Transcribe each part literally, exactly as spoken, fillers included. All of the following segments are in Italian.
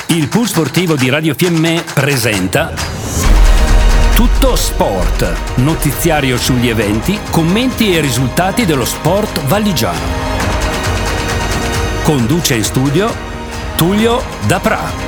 Il pool sportivo di Radio Fiemme presenta Tutto Sport, notiziario sugli eventi, commenti e risultati dello sport valligiano. Conduce in studio Tullio Dapra.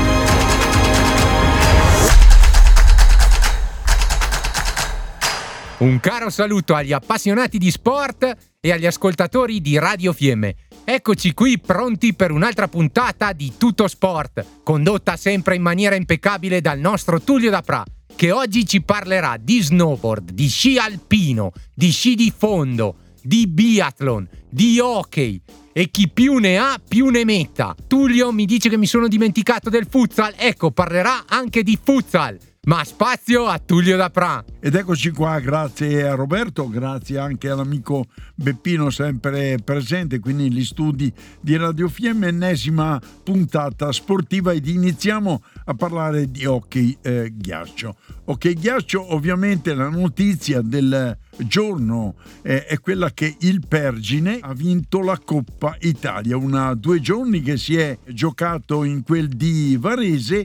Un caro saluto agli appassionati di sport e agli ascoltatori di Radio Fiemme. Eccoci qui pronti per un'altra puntata di Tutto Sport, condotta sempre in maniera impeccabile dal nostro Tullio Dapra, che oggi ci parlerà di snowboard, di sci alpino, di sci di fondo, di biathlon, di hockey e chi più ne ha più ne metta. Tullio mi dice che mi sono dimenticato del futsal, ecco, parlerà anche di futsal. Ma spazio a Tullio Dapra. Ed eccoci qua, grazie a Roberto, grazie anche all'amico Beppino sempre presente qui negli studi di Radio Fiemme, ennesima puntata sportiva ed iniziamo a parlare di hockey eh, ghiaccio. Hockey ghiaccio, ovviamente la notizia del giorno eh, è quella che il Pergine ha vinto la Coppa Italia, una due giorni che si è giocato in quel di Varese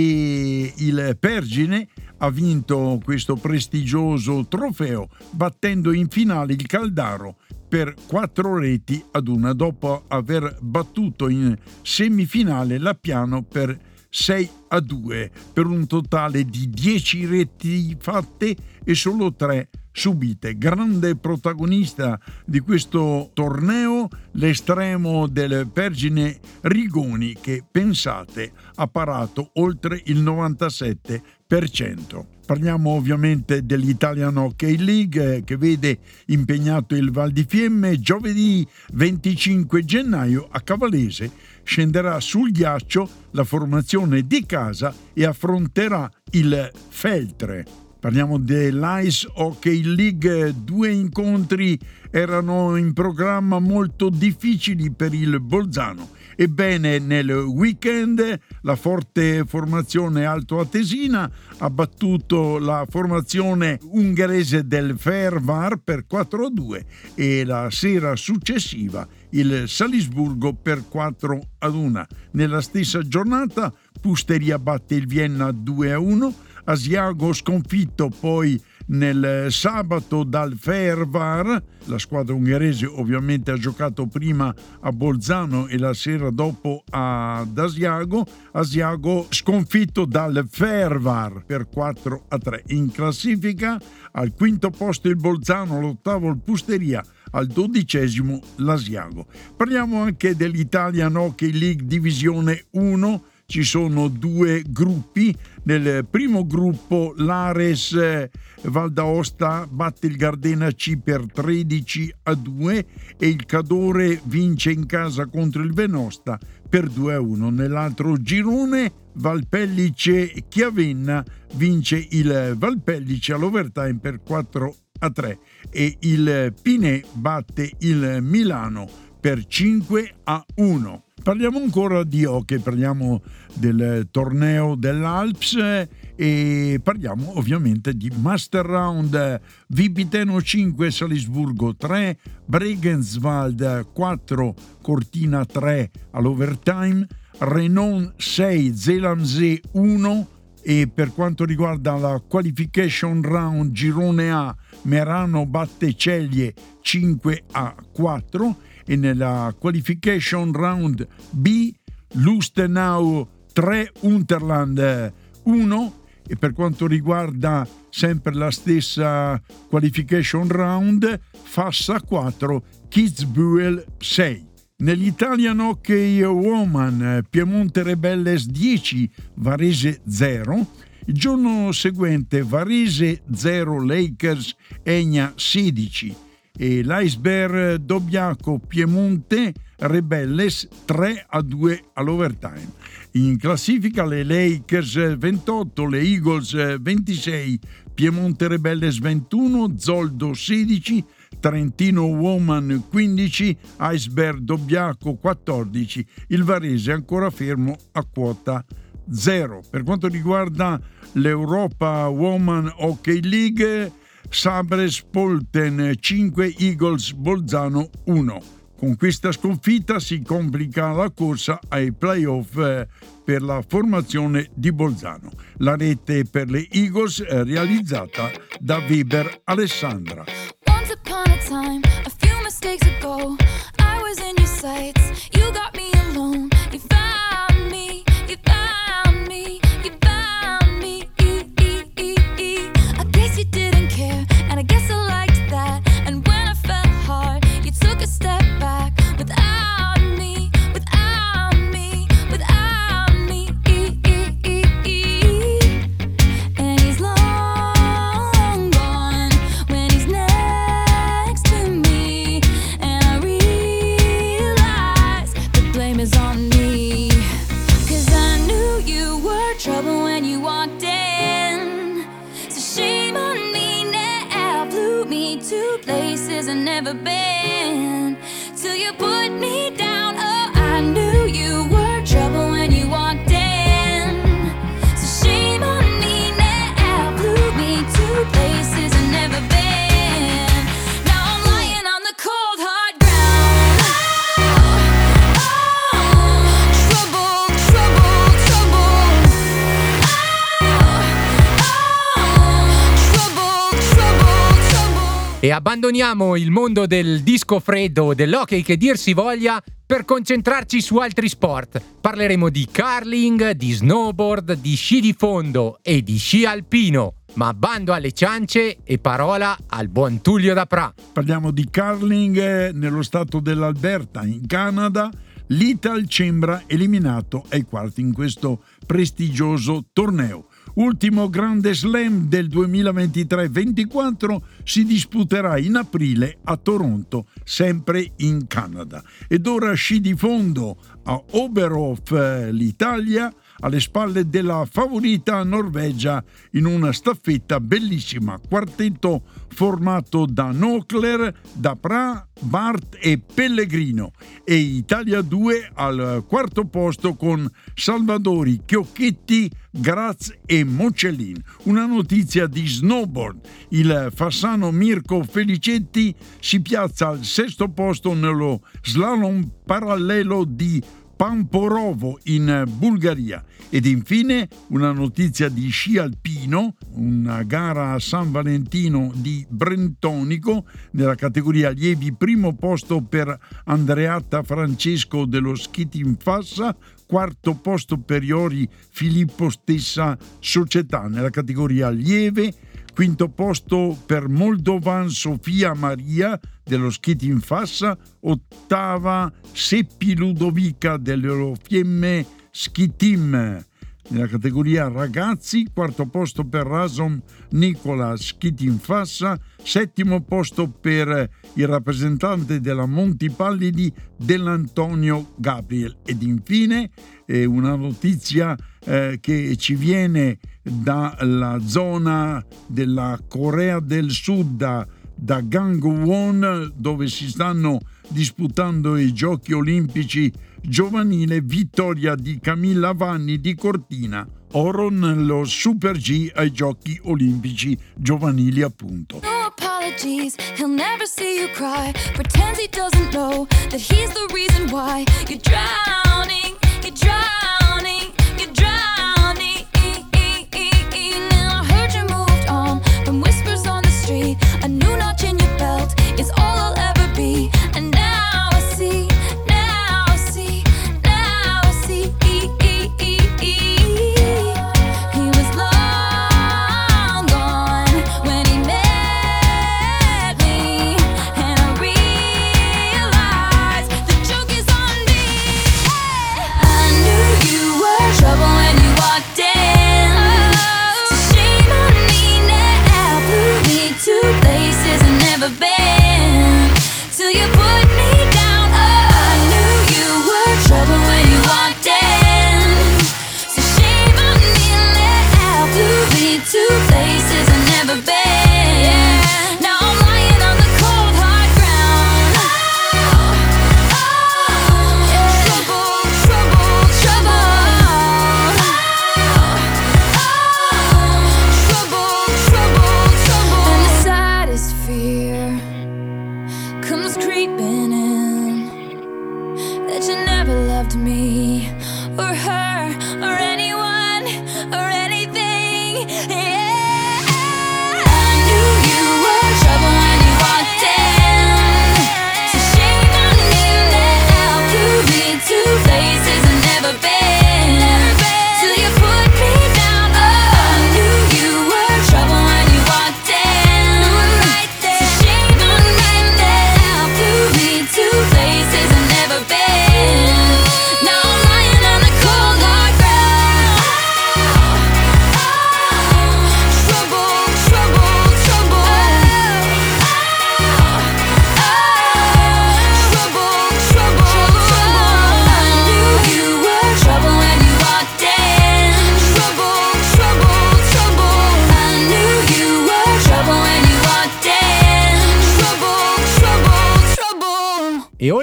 e il Pergine ha vinto questo prestigioso trofeo battendo in finale il Caldaro per quattro reti ad una dopo aver battuto in semifinale l'Appiano per sei a due per un totale di dieci reti fatte e solo tre subite. Grande protagonista di questo torneo l'estremo del Pergine Rigoni che, pensate, ha parato oltre il novantasette per cento. Parliamo ovviamente dell'Italian Hockey League eh, che vede impegnato il Val di Fiemme. Giovedì venticinque gennaio a Cavalese scenderà sul ghiaccio la formazione di casa e affronterà il Feltre. Parliamo dell'Ice Hockey League, due incontri erano in programma molto difficili per il Bolzano. Ebbene, nel weekend la forte formazione altoatesina ha battuto la formazione ungherese del Fehérvár per quattro a due e la sera successiva il Salisburgo per quattro a uno. Nella stessa giornata Pusteria batte il Vienna due a uno, Asiago sconfitto poi nel sabato dal Fehérvár. La squadra ungherese ovviamente ha giocato prima a Bolzano e la sera dopo ad Asiago. Asiago sconfitto dal Fehérvár per quattro a tre. In classifica al quinto posto il Bolzano, all'ottavo il Pusteria, al dodicesimo l'Asiago. Parliamo anche dell'Italian Hockey League Divisione uno. Ci sono due gruppi. Nel primo gruppo l'Ares Val d'Aosta batte il Gardena C per tredici a due e il Cadore vince in casa contro il Venosta per due a uno. Nell'altro girone Valpellice Chiavenna vince il Valpellice all'overtime per quattro a tre e il Pinè batte il Milano per cinque a uno. Parliamo ancora di hockey, parliamo del torneo dell'Alps e parliamo ovviamente di Master Round. Vipiteno cinque, Salisburgo tre, Bregenzwald quattro, Cortina tre all'overtime, Renon sei, Zelamsee uno e per quanto riguarda la qualification round girone A, Merano batte Ceglie cinque a quattro e nella qualification round B Lustenau tre, Unterland uno e per quanto riguarda sempre la stessa qualification round Fassa quattro, Kitzbühel sei. Nell'Italian Hockey Woman Piemonte Rebelles dieci, Varese zero. Il giorno seguente Varese zero, Lakers Egna sedici e l'Iceberg Dobbiaco Piemonte Rebelles tre a due all'overtime. In classifica le Lakers ventotto, le Eagles ventisei, Piemonte Rebelles ventuno, Zoldo sedici, Trentino Woman quindici, Iceberg Dobbiaco quattordici, il Varese ancora fermo a quota zero. Per quanto riguarda l'Europa Woman Hockey League, Sabres Polten cinque, Eagles Bolzano uno. Con questa sconfitta si complica la corsa ai playoff eh, per la formazione di Bolzano. La rete per le Eagles è realizzata da Weber Alessandra. Once upon a time, a few mistakes ago, I was in your sights. You got me alone. You found me. You found me. You found me. I guess you didn't care, and I guess I liked that. And when I fell hard, you took a step back without me, without me, without me. And he's long gone when he's next to me, and I realize the blame is on me. 'Cause I knew you were trouble when you walked in, so shame on me now. Flew me to places I've never been, till you put me down. Oh, I knew you were trouble when you walked in, so shame on me now. Flew me to places I've never been. Now I'm lying on the cold hard ground. Oh, oh, trouble, trouble, trouble. Oh, oh, trouble, trouble, trouble. E abbandoniamo il mondo del disco freddo, dell'hockey che dir si voglia, per concentrarci su altri sport. Parleremo di curling, di snowboard, di sci di fondo e di sci alpino. Ma bando alle ciance e parola al buon Tullio Dapra. Parliamo di curling eh, nello stato dell'Alberta, in Canada. L'Ital Cembra eliminato ai quarti in questo prestigioso torneo. Ultimo grande slam del duemilaventitré ventiquattro si disputerà in aprile a Toronto, sempre in Canada. Ed ora sci di fondo a Oberhof, eh, l'Italia, alle spalle della favorita Norvegia in una staffetta bellissima. Quartetto formato da Nokler, Dapra, Bart e Pellegrino, e Italia due al quarto posto con Salvadori, Chiocchetti, Graz e Mocellin. Una notizia di snowboard: il fassano Mirko Felicetti si piazza al sesto posto nello slalom parallelo di Pamporovo in Bulgaria. Ed infine una notizia di sci alpino, una gara a San Valentino di Brentonico nella categoria allievi, primo posto per Andreatta Francesco dello Skiting Fassa, quarto posto per Iori Filippo stessa società nella categoria allieve, quinto posto per Moldovan Sofia Maria dello Skiting Fassa, ottava Seppi Ludovica dello Fiemme Ski Team nella categoria ragazzi, quarto posto per Rasom Nicola Skiting Fassa, settimo posto per il rappresentante della Montipallidi dell'Antonio Gabriel. Ed infine eh, una notizia eh, che ci viene dalla zona della Corea del Sud, da, da Gangwon, dove si stanno disputando i Giochi Olimpici giovanile. Vittoria di Camilla Vanni di Cortina, oro nello Super G ai Giochi Olimpici giovanili, appunto. No apologies, he'll never see you cry. Pretends he doesn't know that he's the reason why you're drowning, you're drowning, you're drowning. Now I heard you moved on from whispers on the street. A new notch in your belt is all I'll ever be. And now I see, now I see, now I see. He was long gone when he met me, and I realized the joke is on me. I knew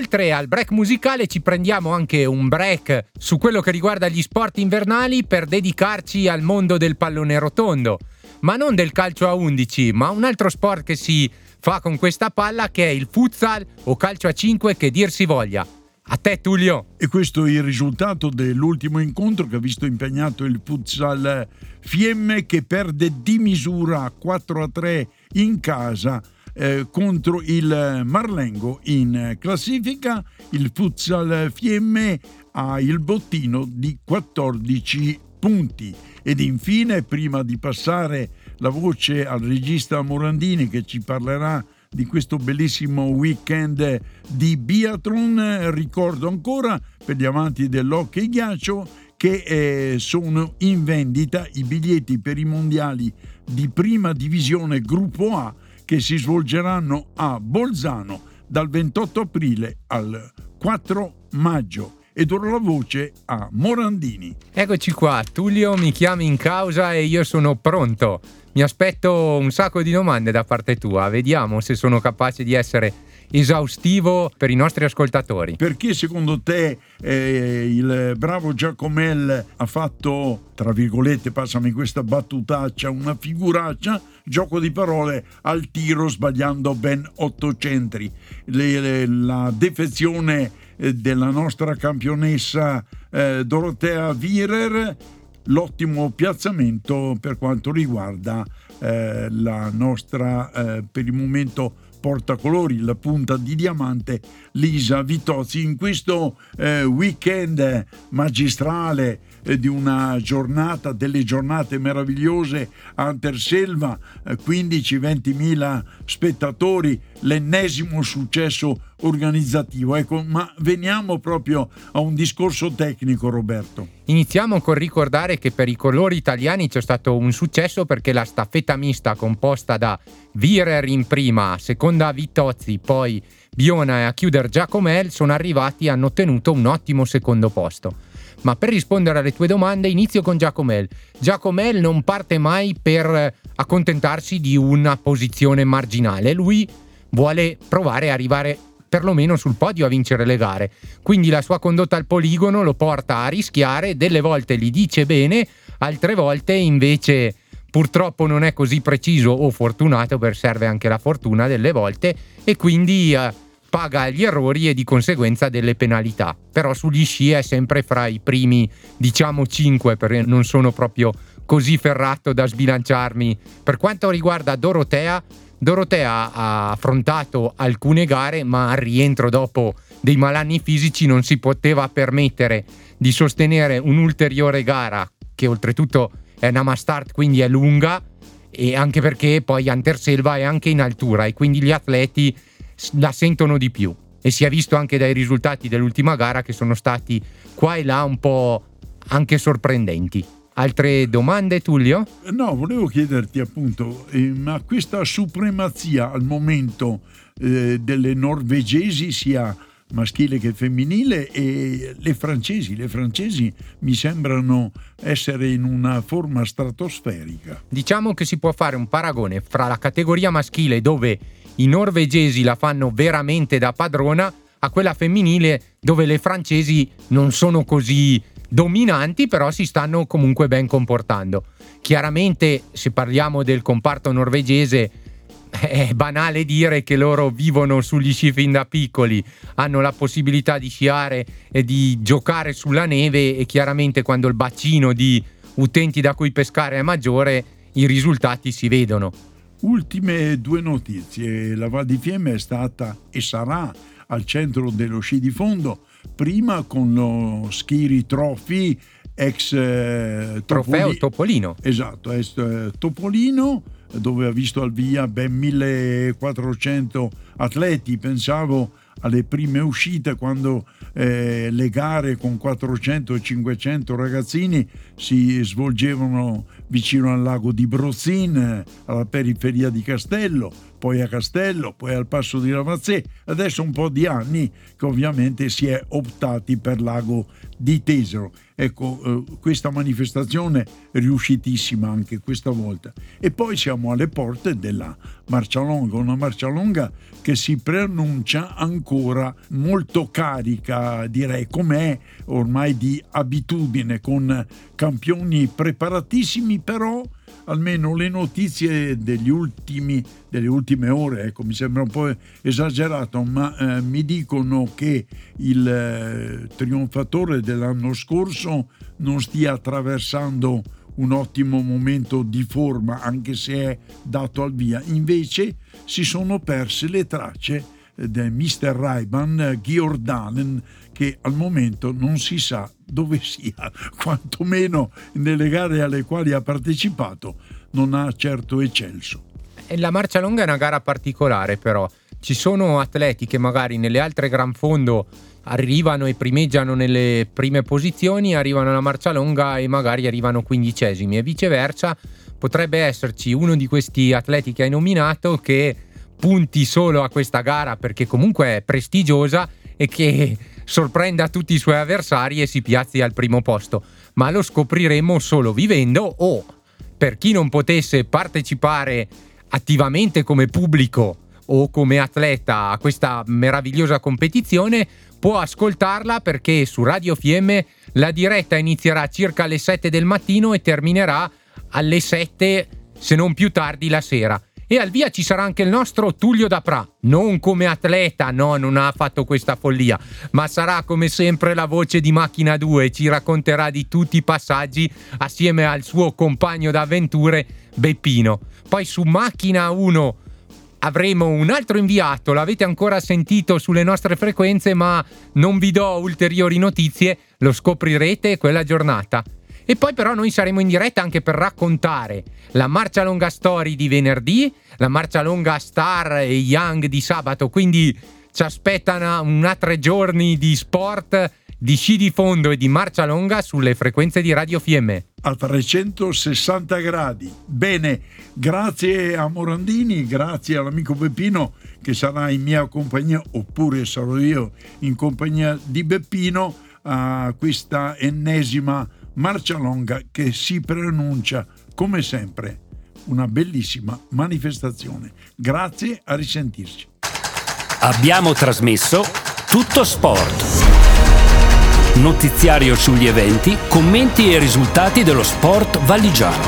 oltre al break musicale ci prendiamo anche un break su quello che riguarda gli sport invernali per dedicarci al mondo del pallone rotondo, ma non del calcio a undici, ma un altro sport che si fa con questa palla, che è il futsal o calcio a cinque che dir si voglia. A te, Tullio. E questo è il risultato dell'ultimo incontro che ha visto impegnato il futsal Fiemme, che perde di misura quattro a tre in casa eh, contro il Marlengo in classifica. Il futsal Fiemme ha il bottino di quattordici punti. Ed infine, prima di passare la voce al regista Morandini che ci parlerà di questo bellissimo weekend di biathlon, ricordo ancora per gli amanti dell'hockey ghiaccio che eh, sono in vendita i biglietti per i mondiali di prima divisione gruppo A che si svolgeranno a Bolzano dal ventotto aprile al quattro maggio. E do la voce a Morandini. Eccoci qua, Tullio, mi chiami in causa e io sono pronto. Mi aspetto un sacco di domande da parte tua, vediamo se sono capace di essere esaustivo per i nostri ascoltatori. Perché secondo te eh, il bravo Giacomel ha fatto, tra virgolette, passami questa battutaccia, una figuraccia, gioco di parole, al tiro sbagliando ben otto centri. Le, le, la defezione eh, della nostra campionessa eh, Dorotea Virer, l'ottimo piazzamento per quanto riguarda eh, la nostra, eh, per il momento, portacolori, la punta di diamante Lisa Vitozzi, in questo eh, weekend magistrale eh, di una giornata, delle giornate meravigliose a Anterselva, eh, quindici venti mila spettatori, l'ennesimo successo organizzativo. Ecco, ma veniamo proprio a un discorso tecnico, Roberto. Iniziamo col ricordare che per i colori italiani c'è stato un successo, perché la staffetta mista composta da Virer in prima, seconda Vitozzi, poi Biona e a chiudere Giacomel sono arrivati e hanno ottenuto un ottimo secondo posto. Ma per rispondere alle tue domande inizio con Giacomel. Giacomel non parte mai per accontentarsi di una posizione marginale, lui vuole provare a arrivare perlomeno sul podio a vincere le gare, quindi la sua condotta al poligono lo porta a rischiare, delle volte gli dice bene, altre volte invece purtroppo non è così preciso o fortunato, per serve anche la fortuna delle volte, e quindi eh, paga gli errori e di conseguenza delle penalità. Però sugli sci è sempre fra i primi, diciamo, cinque, perché non sono proprio così ferrato da sbilanciarmi. Per quanto riguarda Dorotea, Dorotea ha affrontato alcune gare, ma al rientro dopo dei malanni fisici non si poteva permettere di sostenere un'ulteriore gara, che oltretutto è una mass start, quindi è lunga, e anche perché poi Anterselva è anche in altura e quindi gli atleti la sentono di più, e si è visto anche dai risultati dell'ultima gara che sono stati qua e là un po' anche sorprendenti. Altre domande, Tullio? No, volevo chiederti appunto, eh, ma questa supremazia al momento eh, delle norvegesi, sia maschile che femminile, e le francesi, le francesi mi sembrano essere in una forma stratosferica. Diciamo che si può fare un paragone fra la categoria maschile, dove i norvegesi la fanno veramente da padrona, a quella femminile dove le francesi non sono così dominanti, però si stanno comunque ben comportando. Chiaramente, se parliamo del comparto norvegese, è banale dire che loro vivono sugli sci fin da piccoli, hanno la possibilità di sciare e di giocare sulla neve, e chiaramente quando il bacino di utenti da cui pescare è maggiore, i risultati si vedono. Ultime due notizie: la Val di Fiemme è stata e sarà al centro dello sci di fondo, prima con lo Schiri Trophy, ex eh, Trofeo Topoli- Topolino. Esatto, ex eh, Topolino, dove ha visto al via ben millequattrocento atleti. Pensavo alle prime uscite, quando eh, le gare con quattrocento e cinquecento ragazzini si svolgevano vicino al lago di Brozzin, alla periferia di Castello, poi a Castello, poi al passo di Ravazzè. Adesso un po' di anni che ovviamente si è optati per lago di Tesero. ecco, eh, questa manifestazione riuscitissima anche questa volta. E poi siamo alle porte della Marcialonga, una Marcialonga che si preannuncia ancora molto carica, direi, com'è ormai di abitudine, con campioni preparatissimi, però almeno le notizie degli ultimi, delle ultime ore, ecco, mi sembra un po' esagerato, ma eh, mi dicono che il eh, trionfatore dell'anno scorso non stia attraversando un ottimo momento di forma, anche se è dato al via. Invece si sono perse le tracce del mister Ray-Ban Gjordalen, che al momento non si sa dove sia, quantomeno nelle gare alle quali ha partecipato non ha certo eccelso. La Marcialonga è una gara particolare, però ci sono atleti che magari nelle altre gran fondo arrivano e primeggiano nelle prime posizioni, arrivano alla Marcialonga e magari arrivano quindicesimi, e viceversa potrebbe esserci uno di questi atleti che hai nominato che punti solo a questa gara perché comunque è prestigiosa e che sorprenda tutti i suoi avversari e si piazzi al primo posto, ma lo scopriremo solo vivendo, o per chi non potesse partecipare attivamente come pubblico o come atleta a questa meravigliosa competizione, può ascoltarla, perché su Radio F M la diretta inizierà circa alle sette del mattino e terminerà alle sette, se non più tardi, la sera. E al via ci sarà anche il nostro Tullio Dapra, non come atleta, no, non ha fatto questa follia, ma sarà come sempre la voce di Macchina due, ci racconterà di tutti i passaggi assieme al suo compagno d'avventure Beppino. Poi su Macchina uno avremo un altro inviato, l'avete ancora sentito sulle nostre frequenze, ma non vi do ulteriori notizie, lo scoprirete quella giornata. E poi però noi saremo in diretta anche per raccontare la Marcialonga Story di venerdì, la Marcialonga Star e Young di sabato, quindi ci aspettano una tre giorni di sport, di sci di fondo e di Marcialonga sulle frequenze di Radio F M. A trecentosessanta gradi. Bene, grazie a Morandini, grazie all'amico Beppino che sarà in mia compagnia, oppure sarò io in compagnia di Beppino, a questa ennesima Marcialonga che si preannuncia come sempre una bellissima manifestazione. Grazie, a risentirci. Abbiamo trasmesso Tutto Sport. Notiziario sugli eventi, commenti e risultati dello sport valigiano.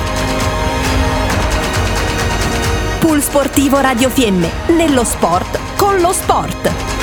Pool Sportivo Radio F M, nello sport con lo sport.